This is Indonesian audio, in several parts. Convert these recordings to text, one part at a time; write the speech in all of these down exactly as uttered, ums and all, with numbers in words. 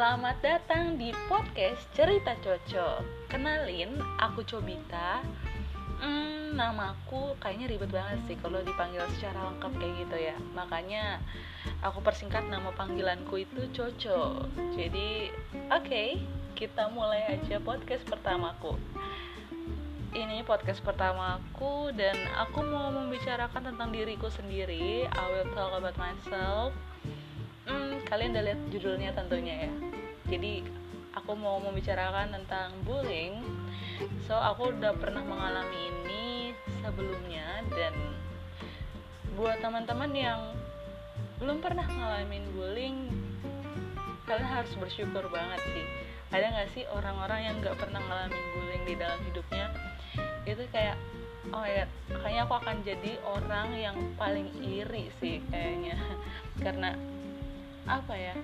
Selamat datang di podcast Cerita Cocok. Kenalin, aku Cobita. Hmm, namaku kayaknya ribet banget sih kalau dipanggil secara lengkap kayak gitu ya. Makanya aku persingkat nama panggilanku itu Coco. Jadi, oke, okay, kita mulai aja podcast pertamaku. Ini podcast pertamaku dan aku mau membicarakan tentang diriku sendiri. I will talk about myself. Hmm, kalian udah lihat judulnya tentunya ya. Jadi aku mau membicarakan tentang bullying. So aku udah pernah mengalami ini sebelumnya. Dan buat teman-teman yang belum pernah ngalamin bullying, kalian harus bersyukur banget sih. Ada gak sih orang-orang yang gak pernah ngalamin bullying di dalam hidupnya? Itu kayak, oh ya, kayaknya aku akan jadi orang yang paling iri sih kayaknya. Karena apa ya,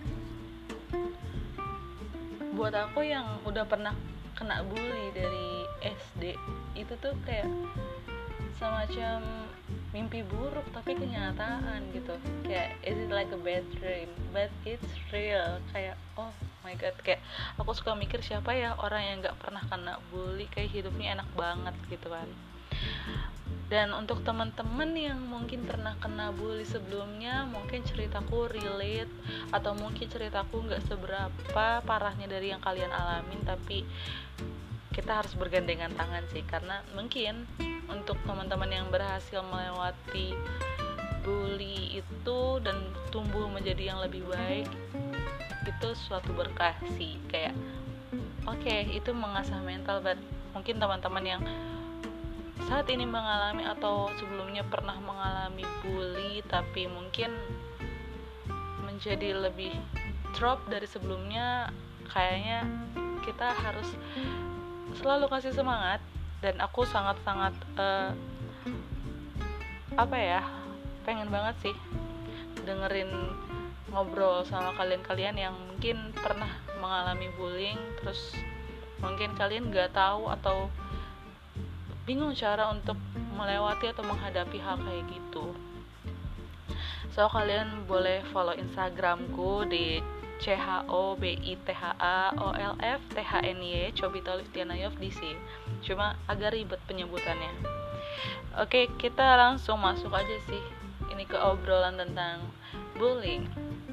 buat aku yang udah pernah kena bully dari S D, itu tuh kayak semacam mimpi buruk tapi kenyataan gitu. Kayak is it like a bad dream but it's real. Kayak oh my god, kayak aku suka mikir siapa ya orang yang gak pernah kena bully, kayak hidupnya enak banget gitu kan. Dan untuk teman-teman yang mungkin pernah kena bully sebelumnya, mungkin ceritaku relate atau mungkin ceritaku nggak seberapa parahnya dari yang kalian alamin, tapi kita harus bergandengan tangan sih, karena mungkin untuk teman-teman yang berhasil melewati bully itu dan tumbuh menjadi yang lebih baik, itu suatu berkah sih. Kayak oke, okay, itu mengasah mental, but mungkin teman-teman yang saat ini mengalami atau sebelumnya pernah mengalami bully tapi mungkin menjadi lebih drop dari sebelumnya, kayaknya kita harus selalu kasih semangat. Dan aku sangat-sangat uh, apa ya, pengen banget sih dengerin ngobrol sama kalian-kalian yang mungkin pernah mengalami bullying, terus mungkin kalian gak tahu atau bingung cara untuk melewati atau menghadapi hal kayak gitu. So kalian boleh follow Instagramku di C H O B I T H A O L F T H N Y Cobita Oliviana Yofdisi. Cuma agak ribet penyebutannya. Oke, kita langsung masuk aja sih ini ke obrolan tentang bullying.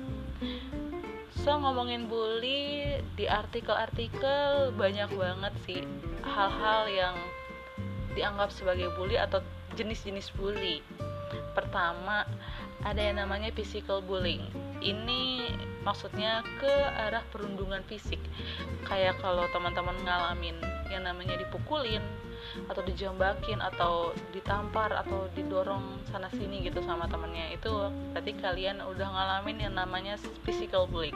So ngomongin bully, di artikel-artikel banyak banget sih hal-hal yang dianggap sebagai bully atau jenis-jenis bully. Pertama, ada yang namanya physical bullying. Ini maksudnya ke arah perundungan fisik. Kayak kalau teman-teman ngalamin yang namanya dipukulin atau dijambakin atau ditampar atau didorong sana sini gitu sama temennya, itu berarti kalian udah ngalamin yang namanya physical bullying.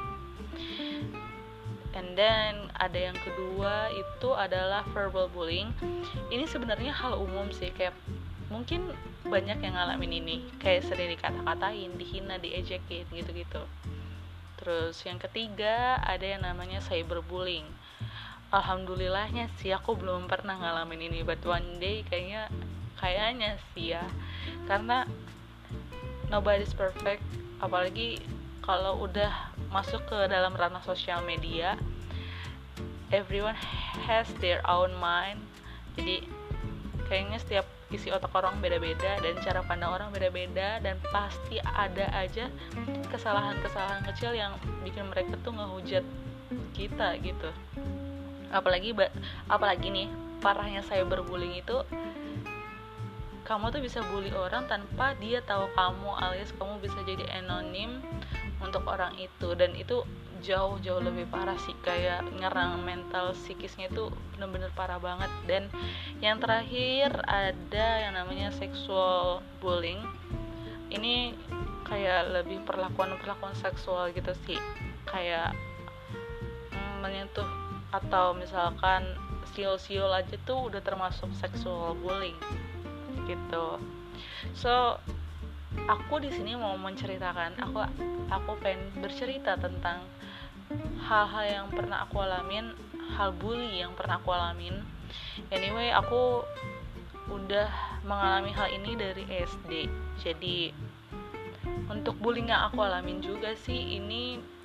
And then ada yang kedua itu adalah verbal bullying. Ini sebenarnya hal umum sih, kayak mungkin banyak yang ngalamin ini, kayak sering dikata-katain, dihina, diejekin gitu-gitu. Terus yang ketiga ada yang namanya cyberbullying. Alhamdulillahnya sih aku belum pernah ngalamin ini, but one day kayaknya kayaknya sih ya, karena nobody's perfect, apalagi kalau udah masuk ke dalam ranah sosial media. Everyone has their own mind. Jadi kayaknya setiap isi otak orang beda-beda dan cara pandang orang beda-beda, dan pasti ada aja kesalahan-kesalahan kecil yang bikin mereka tuh ngehujat kita gitu. Apalagi apalagi nih, parahnya cyberbullying itu kamu tuh bisa bully orang tanpa dia tahu kamu, alias kamu bisa jadi anonim untuk orang itu, dan itu jauh-jauh lebih parah sih, kayak nyerang mental psikisnya itu bener-bener parah banget. Dan yang terakhir ada yang namanya sexual bullying. Ini kayak lebih perlakuan-perlakuan seksual gitu sih, kayak mm, menyentuh atau misalkan siul-siul aja tuh udah termasuk sexual bullying gitu. So aku di sini mau menceritakan, aku aku pengen bercerita tentang hal-hal yang pernah aku alamin, hal bully yang pernah aku alamin. Anyway, aku udah mengalami hal ini dari S D. Jadi untuk bullying yang aku alamin juga sih, ini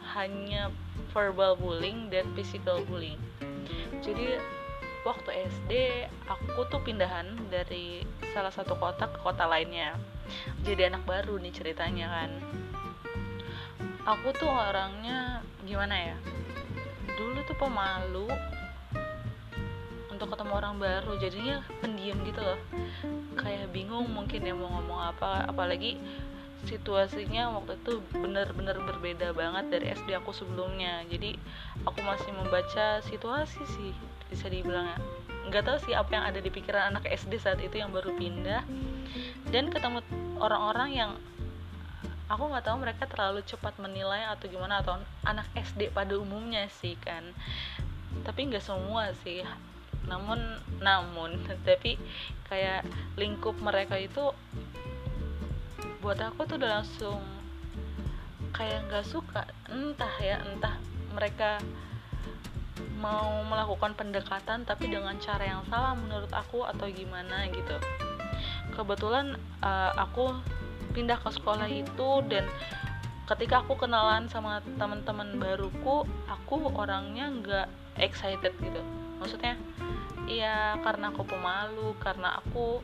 hanya verbal bullying dan physical bullying. Jadi waktu S D aku tuh pindahan dari salah satu kota ke kota lainnya, jadi anak baru nih ceritanya kan. Aku tuh orangnya gimana ya, dulu tuh pemalu untuk ketemu orang baru, jadinya pendiam gitu loh, kayak bingung mungkin ya mau ngomong apa, apalagi situasinya waktu itu bener-bener berbeda banget dari S D aku sebelumnya. Jadi aku masih membaca situasi sih, bisa dibilang ya. Nggak tahu sih apa yang ada di pikiran anak S D saat itu yang baru pindah, dan ketemu orang-orang yang aku nggak tahu mereka terlalu cepat menilai atau gimana, atau anak S D pada umumnya sih kan. Tapi nggak semua sih. Namun namun tapi kayak lingkup mereka itu buat aku tuh udah langsung kayak nggak suka, entah ya entah mereka mau melakukan pendekatan tapi dengan cara yang salah menurut aku atau gimana gitu. Kebetulan uh, aku pindah ke sekolah itu, dan ketika aku kenalan sama teman-teman baruku, aku orangnya nggak excited gitu. Maksudnya iya karena aku pemalu, karena aku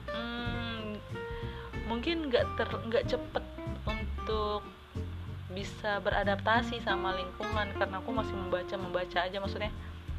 mungkin nggak ter nggak cepet untuk bisa beradaptasi sama lingkungan, karena aku masih membaca membaca aja. Maksudnya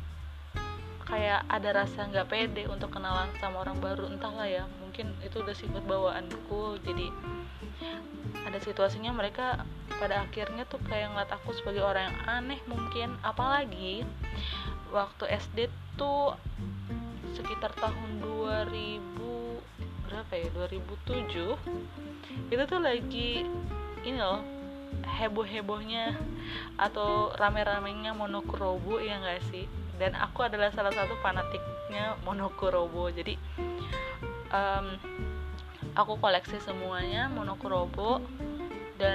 kayak ada rasa nggak pede untuk kenalan sama orang baru, entahlah ya, mungkin itu udah sifat bawaanku. Jadi ada situasinya mereka pada akhirnya tuh kayak ngeliat aku sebagai orang yang aneh mungkin. Apalagi waktu S D tuh sekitar tahun dua ribu berapa ya, dua ribu tujuh, itu tuh lagi ini loh, heboh-hebohnya atau rame-ramenya Monokurobo, ya nggak sih? Dan aku adalah salah satu fanatiknya Monokurobo. Jadi um, aku koleksi semuanya Monokurobo, dan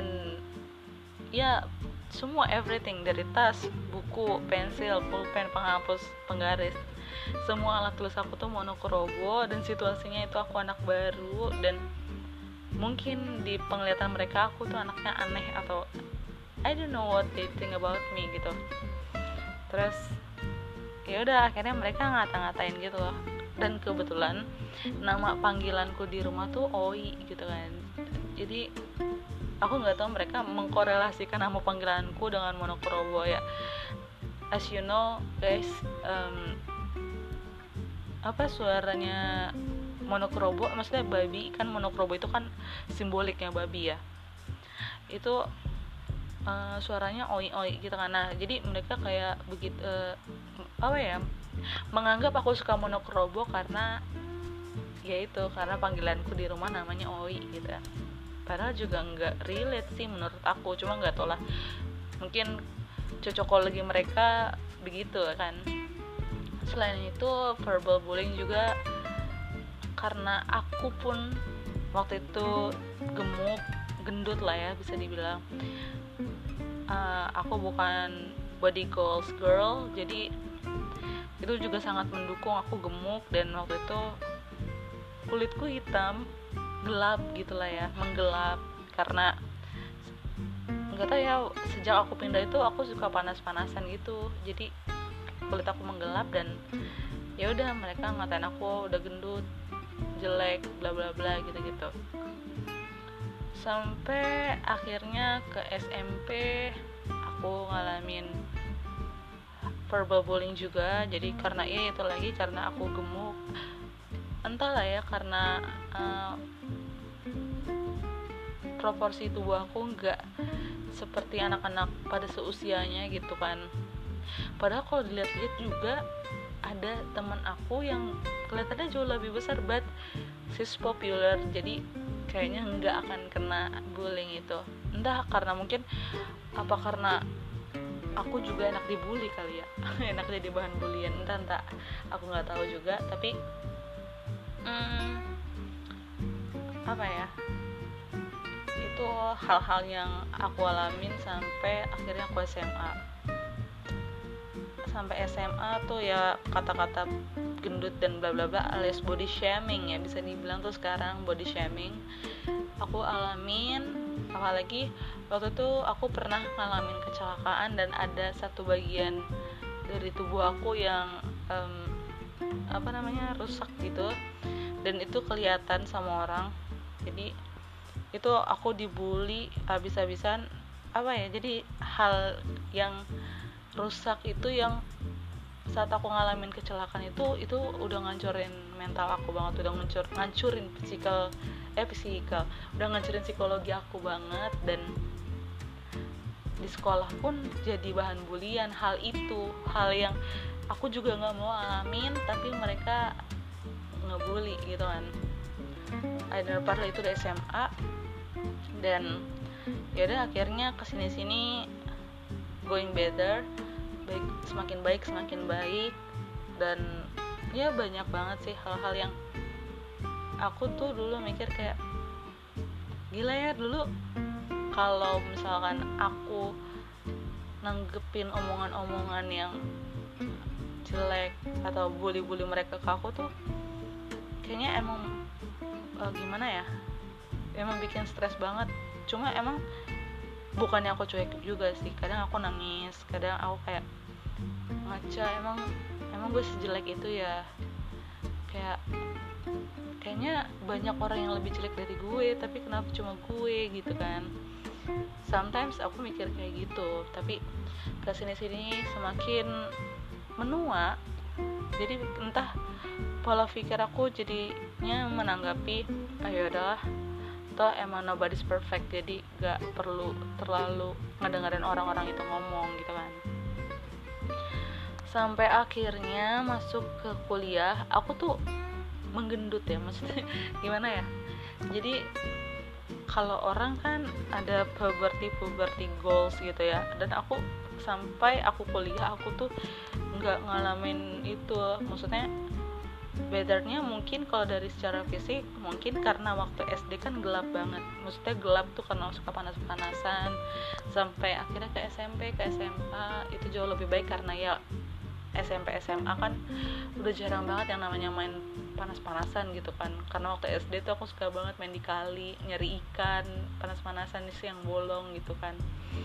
ya semua everything, dari tas, buku, pensil, pulpen, penghapus, penggaris, semua alat tulis aku tuh Monokurobo. Dan situasinya itu aku anak baru, dan mungkin di penglihatan mereka aku tuh anaknya aneh, atau I don't know what they think about me gitu. Terus ya udah akhirnya mereka ngata-ngatain gitu loh. Dan kebetulan nama panggilanku di rumah tuh Oi gitu kan. Jadi aku nggak tahu mereka mengkorelasikan nama panggilanku dengan Monokurobo ya. As you know guys, um, apa suaranya Monokurobo, maksudnya babi kan, Monokurobo itu kan simboliknya babi ya, itu uh, suaranya oi oi gitu kan. Nah jadi mereka kayak begitu uh, apa ya, menganggap aku suka Monokurobo karena ya itu, karena panggilanku di rumah namanya Oi gitu ya. Padahal juga nggak relate sih menurut aku, cuma nggak tau lah, mungkin cocokologi mereka begitu kan. Selain itu verbal bullying juga, karena aku pun waktu itu gemuk, gendut lah ya bisa dibilang. uh, aku bukan body goals girl, jadi itu juga sangat mendukung aku gemuk. Dan waktu itu kulitku hitam, gelap gitulah ya, menggelap, karena nggak tahu ya, sejak aku pindah itu aku suka panas-panasan gitu, jadi kulit aku menggelap. Dan ya udah mereka ngatain aku udah gendut, jelek, bla bla bla gitu-gitu. Sampai akhirnya ke S M P aku ngalamin verbal bullying juga. Jadi karena ya itu lagi, karena aku gemuk, entahlah ya, karena uh, proporsi tubuh aku nggak seperti anak-anak pada seusianya gitu kan. Padahal kalau dilihat-lihat juga ada teman aku yang kelihatannya jauh lebih besar, but she's popular, jadi kayaknya nggak akan kena bullying itu. Entah karena mungkin apa karena aku juga enak dibully kali ya, enak jadi bahan bulian, entah entah aku nggak tahu juga. Tapi hmm, apa ya, itu hal-hal yang aku alamin sampai akhirnya aku S M A. Sampai S M A tuh ya kata-kata gendut dan bla bla bla, alias body shaming ya bisa dibilang tuh sekarang body shaming aku alamin. Apalagi waktu itu aku pernah ngalamin kecelakaan dan ada satu bagian dari tubuh aku yang um, apa namanya rusak gitu, dan itu kelihatan sama orang. Jadi itu aku dibully habis-habisan. Apa ya, jadi hal yang rusak itu yang saat aku ngalamin kecelakaan itu itu udah ngancurin mental aku banget, udah ngancur, ngancurin psikal eh psikal udah ngancurin psikologi aku banget. Dan di sekolah pun jadi bahan bulian hal itu, hal yang aku juga nggak mau alamin tapi mereka ngebully gitu kan. Ada padahal itu di S M A, dan ya udah akhirnya kesini sini going better, baik semakin baik semakin baik. Dan ya banyak banget sih hal-hal yang aku tuh dulu mikir kayak gila ya, dulu kalau misalkan aku nanggepin omongan-omongan yang jelek atau bully-bully mereka ke aku tuh kayaknya emang uh, gimana ya, emang bikin stres banget. Cuma emang bukannya aku cuek juga sih, kadang aku nangis, kadang aku kayak ngaca, emang emang gue sejelek itu ya, kayak kayaknya banyak orang yang lebih jelek dari gue tapi kenapa cuma gue gitu kan. Sometimes aku mikir kayak gitu, tapi kesini-sini semakin menua, jadi entah pola pikir aku jadinya menanggapi ayo udahlah, toh emang nobody's perfect, jadi gak perlu terlalu ngedengerin orang-orang itu ngomong gitu kan. Sampai akhirnya masuk ke kuliah, aku tuh menggendut ya, maksudnya gimana ya, jadi kalau orang kan ada puberty puberty goals gitu ya, dan aku sampai aku kuliah aku tuh nggak ngalamin itu. Maksudnya betternya mungkin kalau dari secara fisik mungkin karena waktu S D kan gelap banget, maksudnya gelap tuh karena suka panas-panasan. Sampai akhirnya ke S M P ke S M A itu jauh lebih baik, karena ya S M P S M A kan udah jarang banget yang namanya main panas-panasan gitu kan. Karena waktu S D tuh aku suka banget main di kali, nyari ikan, panas-panasan di siang bolong gitu kan.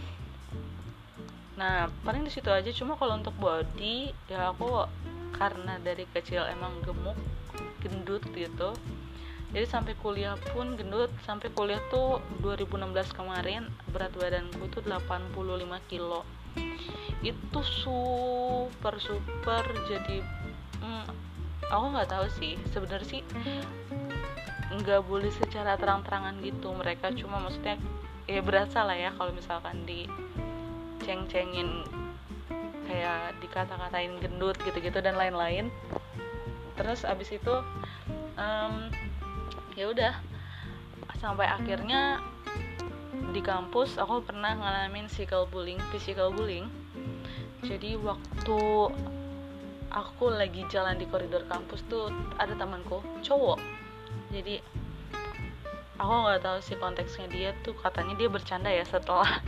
Nah paling di situ aja. Cuma kalau untuk body ya aku karena dari kecil emang gemuk, gendut gitu, jadi sampai kuliah pun gendut. Sampai kuliah tuh dua ribu enam belas kemarin berat badanku tuh delapan puluh lima kilo. Itu super super jadi hmm, aku nggak tahu sih sebenarnya sih, nggak boleh secara terang-terangan gitu mereka, cuma maksudnya ya berasa lah ya kalau misalkan di ceng-cengin, kayak dikata-katain gendut gitu-gitu dan lain-lain. Terus abis itu um, ya udah sampai akhirnya di kampus aku pernah ngalamin physical bullying physical bullying jadi waktu aku lagi jalan di koridor kampus tuh ada temanku cowok. Jadi aku nggak tahu sih konteksnya, dia tuh katanya dia bercanda ya setelah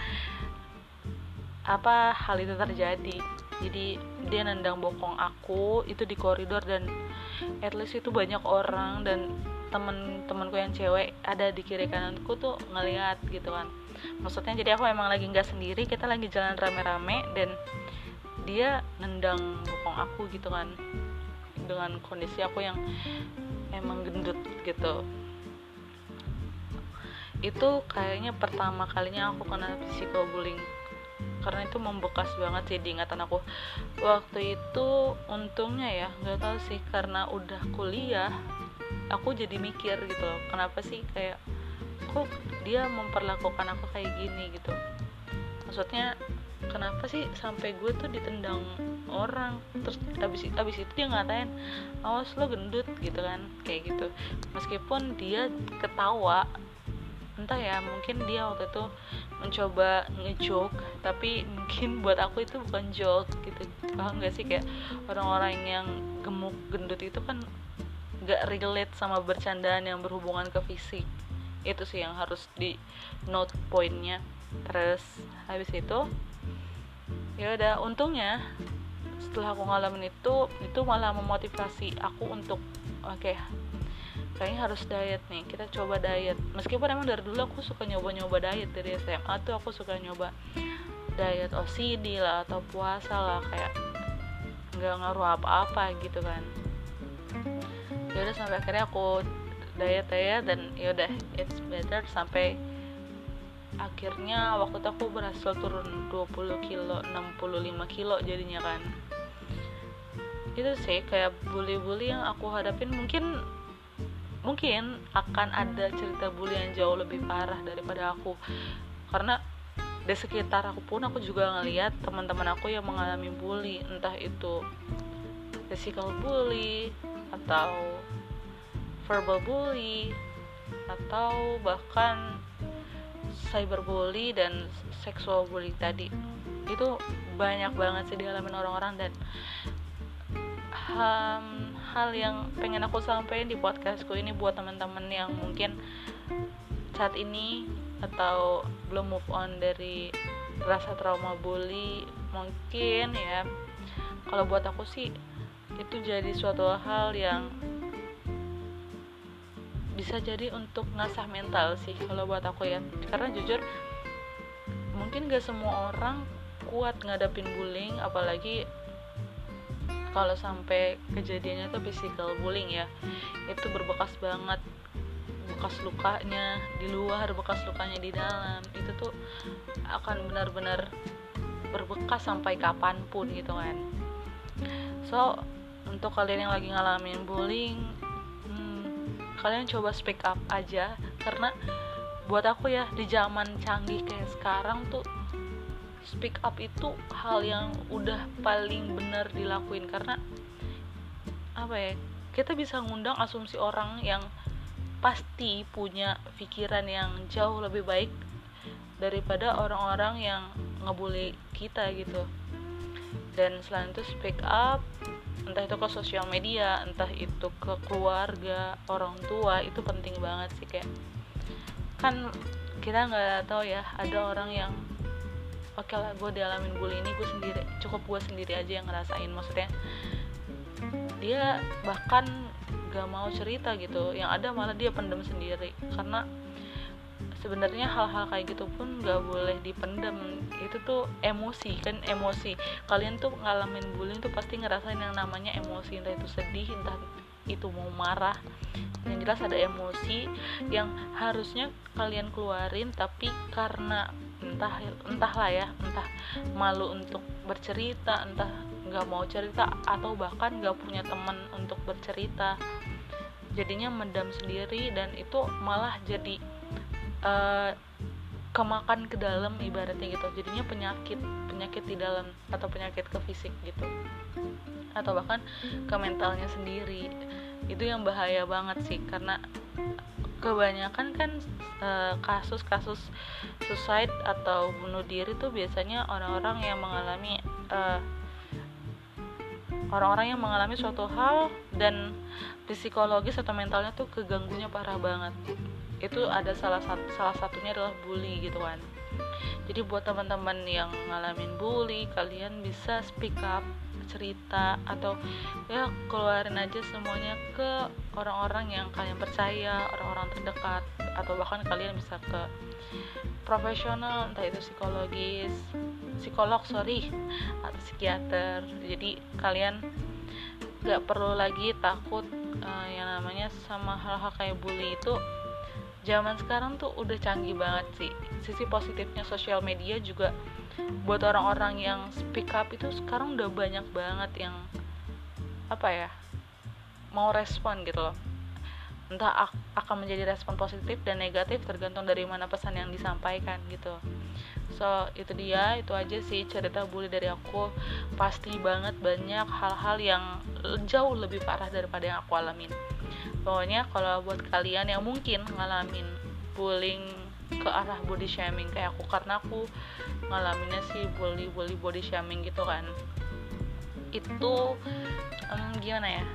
apa hal itu terjadi. Jadi dia nendang bokong aku itu di koridor, dan at least itu banyak orang, dan temen-temenku yang cewek ada di kiri kananku tuh ngeliat gitu kan. Maksudnya jadi aku emang lagi nggak sendiri, kita lagi jalan rame-rame dan dia nendang bokong aku gitu kan, dengan kondisi aku yang emang gendut gitu. Itu kayaknya pertama kalinya aku kena psychobullying, karena itu membekas banget sih di ingatan aku. Waktu itu untungnya ya nggak tahu sih, karena udah kuliah aku jadi mikir gitu loh, kenapa sih kayak kok dia memperlakukan aku kayak gini gitu. Maksudnya kenapa sih sampai gue tuh ditendang orang, terus abis, abis itu dia ngatain awas lo gendut gitu kan, kayak gitu. Meskipun dia ketawa, entah ya mungkin dia waktu itu mencoba nge-joke, tapi mungkin buat aku itu bukan joke gitu. Paham gak sih, kayak orang-orang yang gemuk gendut itu kan gak relate sama bercandaan yang berhubungan ke fisik. Itu sih yang harus di note pointnya. Terus habis itu ya udah, untungnya setelah aku ngalamin itu itu malah memotivasi aku untuk oke okay, kayaknya harus diet nih, kita coba diet. Meskipun emang dari dulu aku suka nyoba-nyoba diet, dari S M A tuh aku suka nyoba diet O C D lah atau puasa lah, kayak nggak ngaruh apa-apa gitu kan. Ya udah sampai akhirnya aku diet diet dan ya udah it's better, sampai akhirnya waktu itu aku berhasil turun dua puluh kilo, enam puluh lima kilo jadinya kan. Itu sih kayak bully-bully yang aku hadapin. Mungkin mungkin akan ada cerita bully yang jauh lebih parah daripada aku, karena di sekitar aku pun aku juga ngelihat teman-teman aku yang mengalami bully, entah itu physical bully atau verbal bully atau bahkan cyberbully dan sexual bully tadi. Itu banyak banget sih dialamin orang-orang, dan um, hal yang pengen aku sampaikan di podcastku ini buat teman-teman yang mungkin saat ini atau belum move on dari rasa trauma bully, mungkin ya, kalau buat aku sih itu jadi suatu hal yang bisa jadi untuk ngasah mental sih kalau buat aku ya. Karena jujur mungkin gak semua orang kuat ngadapin bullying, apalagi kalau sampai kejadiannya tuh physical bullying ya. Itu berbekas banget, bekas lukanya di luar, bekas lukanya di dalam, itu tuh akan benar-benar berbekas sampai kapanpun gitu kan. So untuk kalian yang lagi ngalamin bullying, hmm, kalian coba speak up aja, karena buat aku ya di zaman canggih kayak sekarang tuh speak up itu hal yang udah paling benar dilakuin. Karena apa ya, kita bisa ngundang asumsi orang yang pasti punya pikiran yang jauh lebih baik daripada orang-orang yang ngebully kita gitu. Dan selain itu speak up, entah itu ke sosial media, entah itu ke keluarga, orang tua, itu penting banget sih. Kayak kan kita nggak tahu ya, ada orang yang oke okay lah, gue dialamin bully ini gue sendiri, cukup gue sendiri aja yang ngerasain. Maksudnya dia bahkan gak mau cerita gitu, yang ada malah dia pendem sendiri. Karena sebenarnya hal-hal kayak gitu pun gak boleh dipendem, itu tuh emosi kan, emosi. Kalian tuh ngalamin bullying tuh pasti ngerasain yang namanya emosi, entah itu sedih, entah itu mau marah. Yang jelas ada emosi yang harusnya kalian keluarin, tapi karena entah entahlah ya, entah malu untuk bercerita, entah nggak mau cerita, atau bahkan nggak punya teman untuk bercerita, jadinya mendam sendiri, dan itu malah jadi uh, kemakan ke dalam ibaratnya gitu. Jadinya penyakit penyakit di dalam, atau penyakit ke fisik gitu, atau bahkan ke mentalnya sendiri. Itu yang bahaya banget sih, karena kebanyakan kan e, kasus-kasus suicide atau bunuh diri tuh biasanya orang-orang yang mengalami e, orang-orang yang mengalami suatu hal dan psikologis atau mentalnya tuh keganggunya parah banget. Itu ada salah satu salah satunya adalah bully gitu kan. Jadi buat teman-teman yang ngalamin bully, kalian bisa speak up, cerita, atau ya keluarin aja semuanya ke orang-orang yang kalian percaya, orang-orang terdekat, atau bahkan kalian bisa ke profesional, entah itu psikologis, psikolog sorry, atau psikiater. Jadi kalian gak perlu lagi takut uh, yang namanya sama hal-hal kayak bully itu. Zaman sekarang tuh udah canggih banget sih. Sisi positifnya sosial media juga buat orang-orang yang speak up itu sekarang udah banyak banget yang apa ya, mau respon gitu loh. Entah akan menjadi respon positif dan negatif tergantung dari mana pesan yang disampaikan gitu. So itu dia, itu aja sih cerita bully dari aku. Pasti banget banyak hal-hal yang jauh lebih parah daripada yang aku alamin. Pokoknya kalau buat kalian yang mungkin ngalamin bullying ke arah body shaming kayak aku, karena aku ngalaminnya sih bully bully body shaming gitu kan, itu um, gimana ya,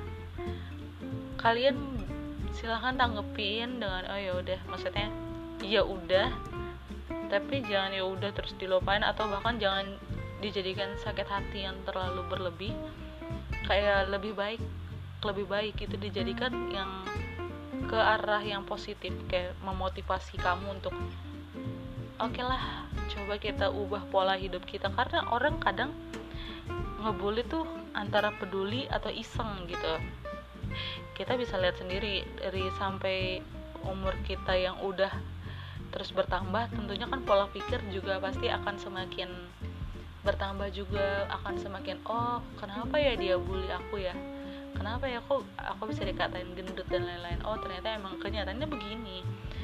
kalian silahkan tanggepin dengan oh ya udah, maksudnya ya udah, tapi jangan ya udah terus dilupain, atau bahkan jangan dijadikan sakit hati yang terlalu berlebih. Kayak lebih baik lebih baik itu dijadikan yang ke arah yang positif, kayak memotivasi kamu untuk oke okay lah, coba kita ubah pola hidup kita. Karena orang kadang ngebully tuh antara peduli atau iseng gitu. Kita bisa lihat sendiri dari sampai umur kita yang udah terus bertambah, tentunya kan pola pikir juga pasti akan semakin bertambah juga, akan semakin oh kenapa ya dia bully aku ya, kenapa ya kok aku bisa dikatain gendut dan lain-lain, oh ternyata emang kenyataannya begini.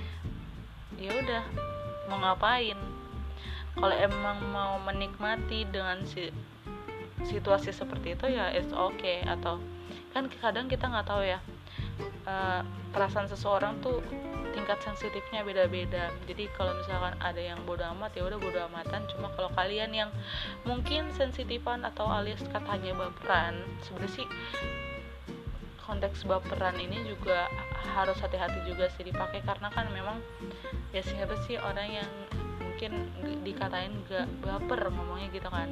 Ya udah, mau ngapain? Kalau emang mau menikmati dengan si, situasi seperti itu ya it's okay. Atau kan kadang kita nggak tahu ya, uh, perasaan seseorang tuh tingkat sensitifnya beda-beda. Jadi kalau misalkan ada yang bodo amat ya udah bodo amatan. Cuma kalau kalian yang mungkin sensitifan atau alias katanya baperan, sebenarnya sih konteks baperan ini juga harus hati-hati juga sih dipakai, karena kan memang ya siapa sih orang yang mungkin dikatain gak baper ngomongnya gitu kan,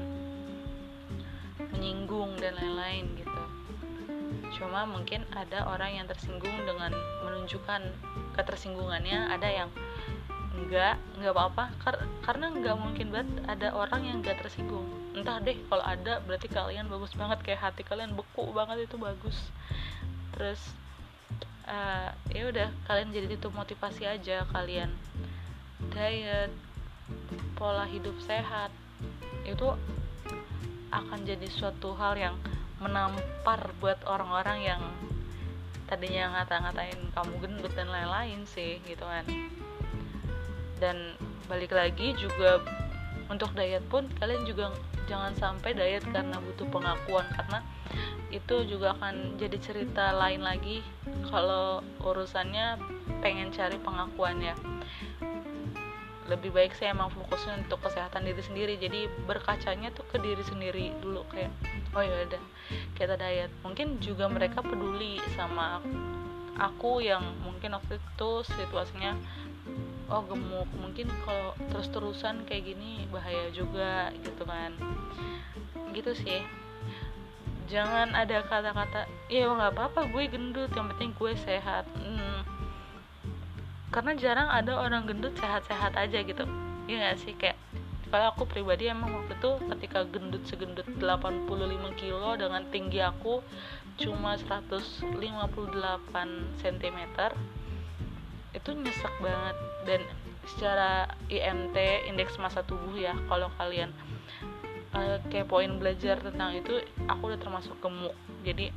menyinggung dan lain-lain gitu. Cuma mungkin ada orang yang tersinggung dengan menunjukkan ketersinggungannya, ada yang enggak, enggak apa-apa kar- karena enggak mungkin banget ada orang yang enggak tersinggung. Entah deh, kalau ada berarti kalian bagus banget, kayak hati kalian beku banget, itu bagus. Terus uh, ya udah, kalian jadi itu motivasi aja, kalian diet, pola hidup sehat itu akan jadi suatu hal yang menampar buat orang-orang yang tadinya ngata-ngatain kamu gendut dan lain-lain sih gitu kan. Dan balik lagi juga untuk diet pun kalian juga jangan sampai diet karena butuh pengakuan, karena itu juga akan jadi cerita lain lagi kalau urusannya pengen cari pengakuan ya. Lebih baik saya emang fokusnya untuk kesehatan diri sendiri, jadi berkacanya tuh ke diri sendiri dulu, kayak oh ya udah kita diet. Mungkin juga mereka peduli sama aku yang mungkin waktu itu situasinya oh gemuk, mungkin kalau terus-terusan kayak gini bahaya juga gitu kan. Gitu sih, jangan ada kata-kata ya nggak apa-apa gue gendut, yang penting gue sehat. hmm. Karena jarang ada orang gendut sehat-sehat aja gitu, ya nggak sih? Kayak kalau aku pribadi emang waktu itu ketika gendut segendut delapan puluh lima kilo dengan tinggi aku cuma seratus lima puluh delapan sentimeter, itu nyesek banget. Dan secara I M T, indeks massa tubuh ya, kalau kalian uh, kepoin belajar tentang itu, aku udah termasuk gemuk. Jadi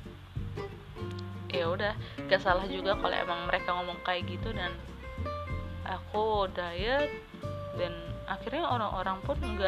ya udah, gak salah juga kalau emang mereka ngomong kayak gitu. Dan aku diet, dan akhirnya orang-orang pun nggak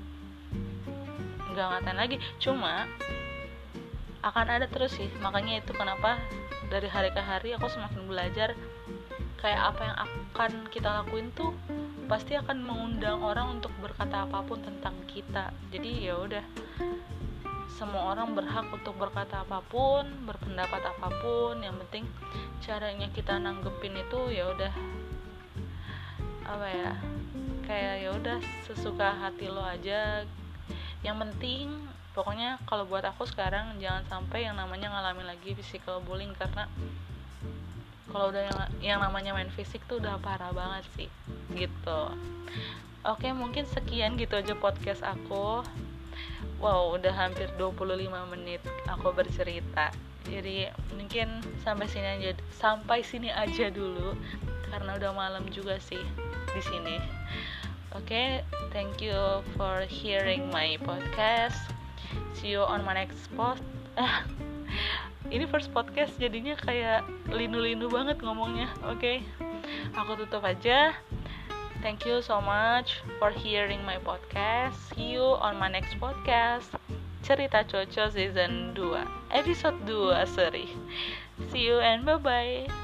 nggak ngatain lagi. Cuma akan ada terus sih, makanya itu kenapa dari hari ke hari aku semakin belajar kayak apa yang akan kita lakuin tuh pasti akan mengundang orang untuk berkata apapun tentang kita. Jadi ya udah, semua orang berhak untuk berkata apapun, berpendapat apapun, yang penting caranya kita nanggepin itu ya udah apa ya, kayak ya udah sesuka hati lo aja. Yang penting pokoknya kalau buat aku sekarang jangan sampai yang namanya ngalamin lagi physical bullying, karena kalau udah yang, yang namanya main fisik tuh udah parah banget sih gitu. Oke, mungkin sekian gitu aja podcast aku. Wow, udah hampir dua puluh lima menit aku bercerita. Jadi mungkin sampai sini aja sampai sini aja dulu karena udah malam juga sih di sini. Oke, okay, thank you for hearing my podcast. See you on my next post. Ah, ini first podcast jadinya kayak linu-linu banget ngomongnya. Oke, okay, aku tutup aja. Thank you so much for hearing my podcast. See you on my next podcast. Cerita Coco season two, episode two, sorry. See you and bye-bye.